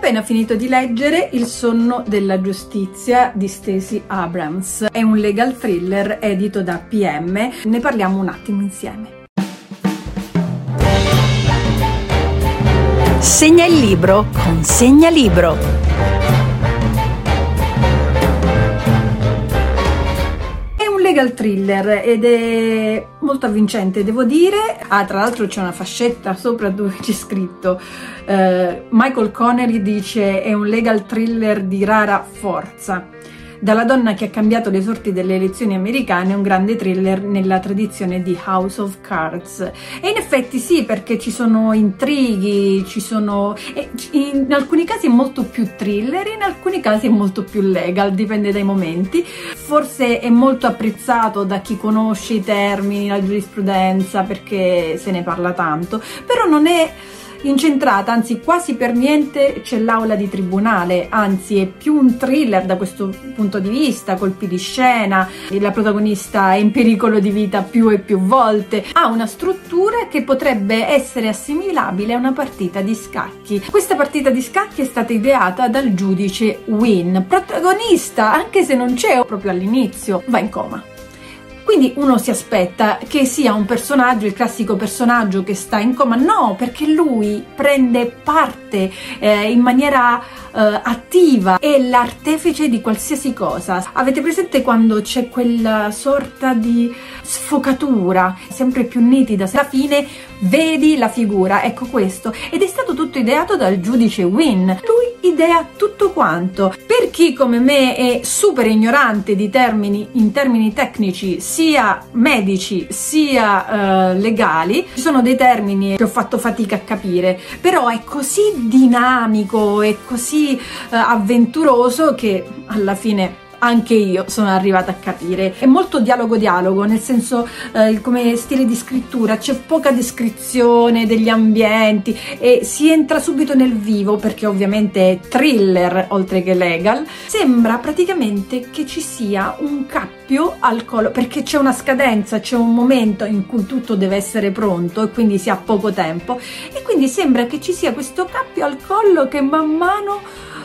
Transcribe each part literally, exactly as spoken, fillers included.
appena finito di leggere Il sonno della giustizia di Stacey Abrams. È un legal thriller edito da P M. Ne parliamo un attimo insieme. Segna il libro con Segnalibro. Legal thriller ed è molto avvincente, devo dire. Ah, tra l'altro c'è una fascetta sopra dove c'è scritto uh, Michael Connery dice è un legal thriller di rara forza. Dalla donna che ha cambiato le sorti delle elezioni americane, un grande thriller nella tradizione di House of Cards. E in effetti sì, perché ci sono intrighi, ci sono... in alcuni casi è molto più thriller, in alcuni casi è molto più legal, dipende dai momenti. Forse è molto apprezzato da chi conosce i termini, la giurisprudenza, perché se ne parla tanto, però non è incentrata, anzi quasi per niente c'è l'aula di tribunale, anzi è più un thriller da questo punto di vista, colpi di scena, la protagonista è in pericolo di vita più e più volte, ha una struttura che potrebbe essere assimilabile a una partita di scacchi. Questa partita di scacchi è stata ideata dal giudice Wynn, protagonista, anche se non c'è proprio all'inizio, va in coma. Quindi uno si aspetta che sia un personaggio, il classico personaggio che sta in coma. No, perché lui prende parte eh, in maniera eh, attiva, è l'artefice di qualsiasi cosa. Avete presente quando c'è quella sorta di sfocatura sempre più nitida? Alla fine vedi la figura, ecco questo. Ed è stato tutto ideato dal giudice Wynn. Lui idea tutto quanto. Per chi come me è super ignorante di termini, in termini tecnici, sia medici sia eh, legali, ci sono dei termini che ho fatto fatica a capire, però è così dinamico e così eh, avventuroso che alla fine anche io sono arrivata a capire. È molto dialogo-dialogo, nel senso eh, come stile di scrittura, c'è poca descrizione degli ambienti e si entra subito nel vivo, perché ovviamente è thriller oltre che legal. Sembra praticamente che ci sia un cappio al collo, perché c'è una scadenza, c'è un momento in cui tutto deve essere pronto e quindi si ha poco tempo, e quindi sembra che ci sia questo cappio al collo che man mano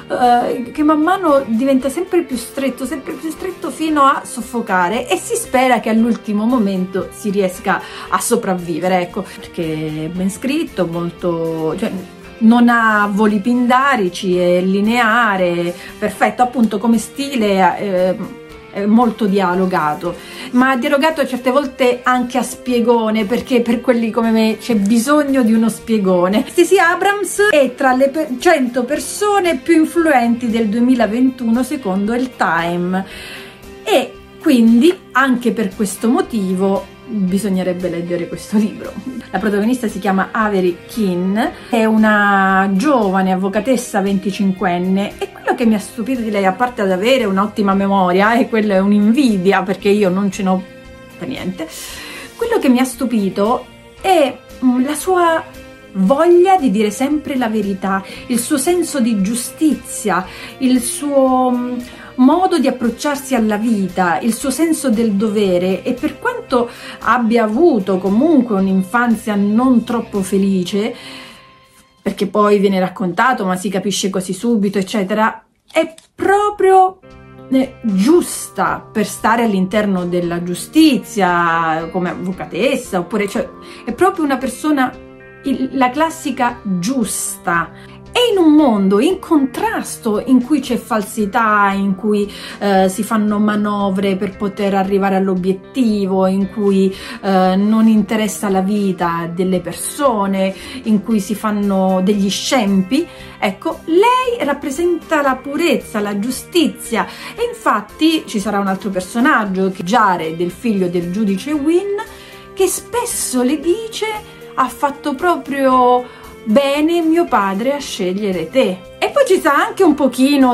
Uh, che man mano diventa sempre più stretto, sempre più stretto fino a soffocare, e si spera che all'ultimo momento si riesca a sopravvivere, ecco, perché è ben scritto, molto, cioè, non ha voli pindarici, è lineare, perfetto, appunto come stile eh, è molto dialogato, ma dialogato certe volte anche a spiegone, perché per quelli come me c'è bisogno di uno spiegone. Stacey Abrams è tra le cento persone più influenti del duemilaventuno secondo il Time, e quindi anche per questo motivo bisognerebbe leggere questo libro. La protagonista si chiama Avery Keene, è una giovane avvocatessa venticinquenne, e quello che mi ha stupito di lei, a parte ad avere un'ottima memoria, e quello è un'invidia perché io non ce n'ho per niente, quello che mi ha stupito è la sua voglia di dire sempre la verità, il suo senso di giustizia, il suo modo di approcciarsi alla vita, il suo senso del dovere. E per quanto abbia avuto comunque un'infanzia non troppo felice, perché poi viene raccontato ma si capisce così subito eccetera, è proprio eh, giusta per stare all'interno della giustizia come avvocatessa, oppure cioè, è proprio una persona, il, la classica giusta. E in un mondo in contrasto, in cui c'è falsità, in cui eh, si fanno manovre per poter arrivare all'obiettivo, in cui eh, non interessa la vita delle persone, in cui si fanno degli scempi, ecco, lei rappresenta la purezza, la giustizia. E infatti ci sarà un altro personaggio, Jared, il figlio del giudice Wynn, che spesso le dice: ha fatto proprio bene mio padre a scegliere te. E poi ci sta anche un pochino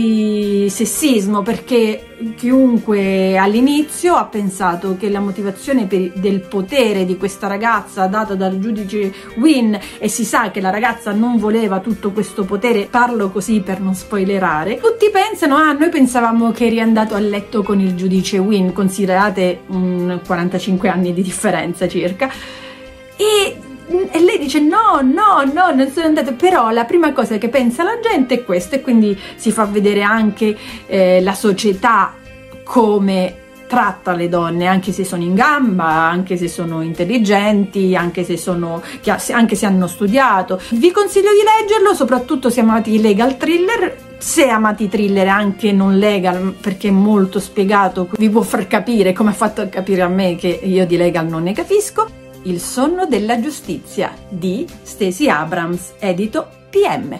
di sessismo, perché chiunque all'inizio ha pensato che la motivazione per, del potere di questa ragazza data dal giudice Wynn, e si sa che la ragazza non voleva tutto questo potere, parlo così per non spoilerare, tutti pensano: ah, noi pensavamo che eri andato a letto con il giudice Wynn, considerate un quarantacinque anni di differenza circa, e E lei dice no, no, no, non sono andato, però la prima cosa che pensa la gente è questo, e quindi si fa vedere anche eh, la società come tratta le donne, anche se sono in gamba, anche se sono intelligenti, anche se sono anche se hanno studiato. Vi consiglio di leggerlo, soprattutto se amate i legal thriller. Se amate i thriller anche non legal, perché è molto spiegato, vi può far capire, come ha fatto capire a me che io di legal non ne capisco. Il sonno della giustizia di Stacey Abrams, edito P M.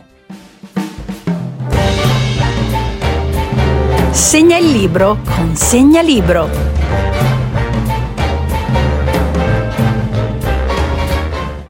Segna il libro con Segnalibro.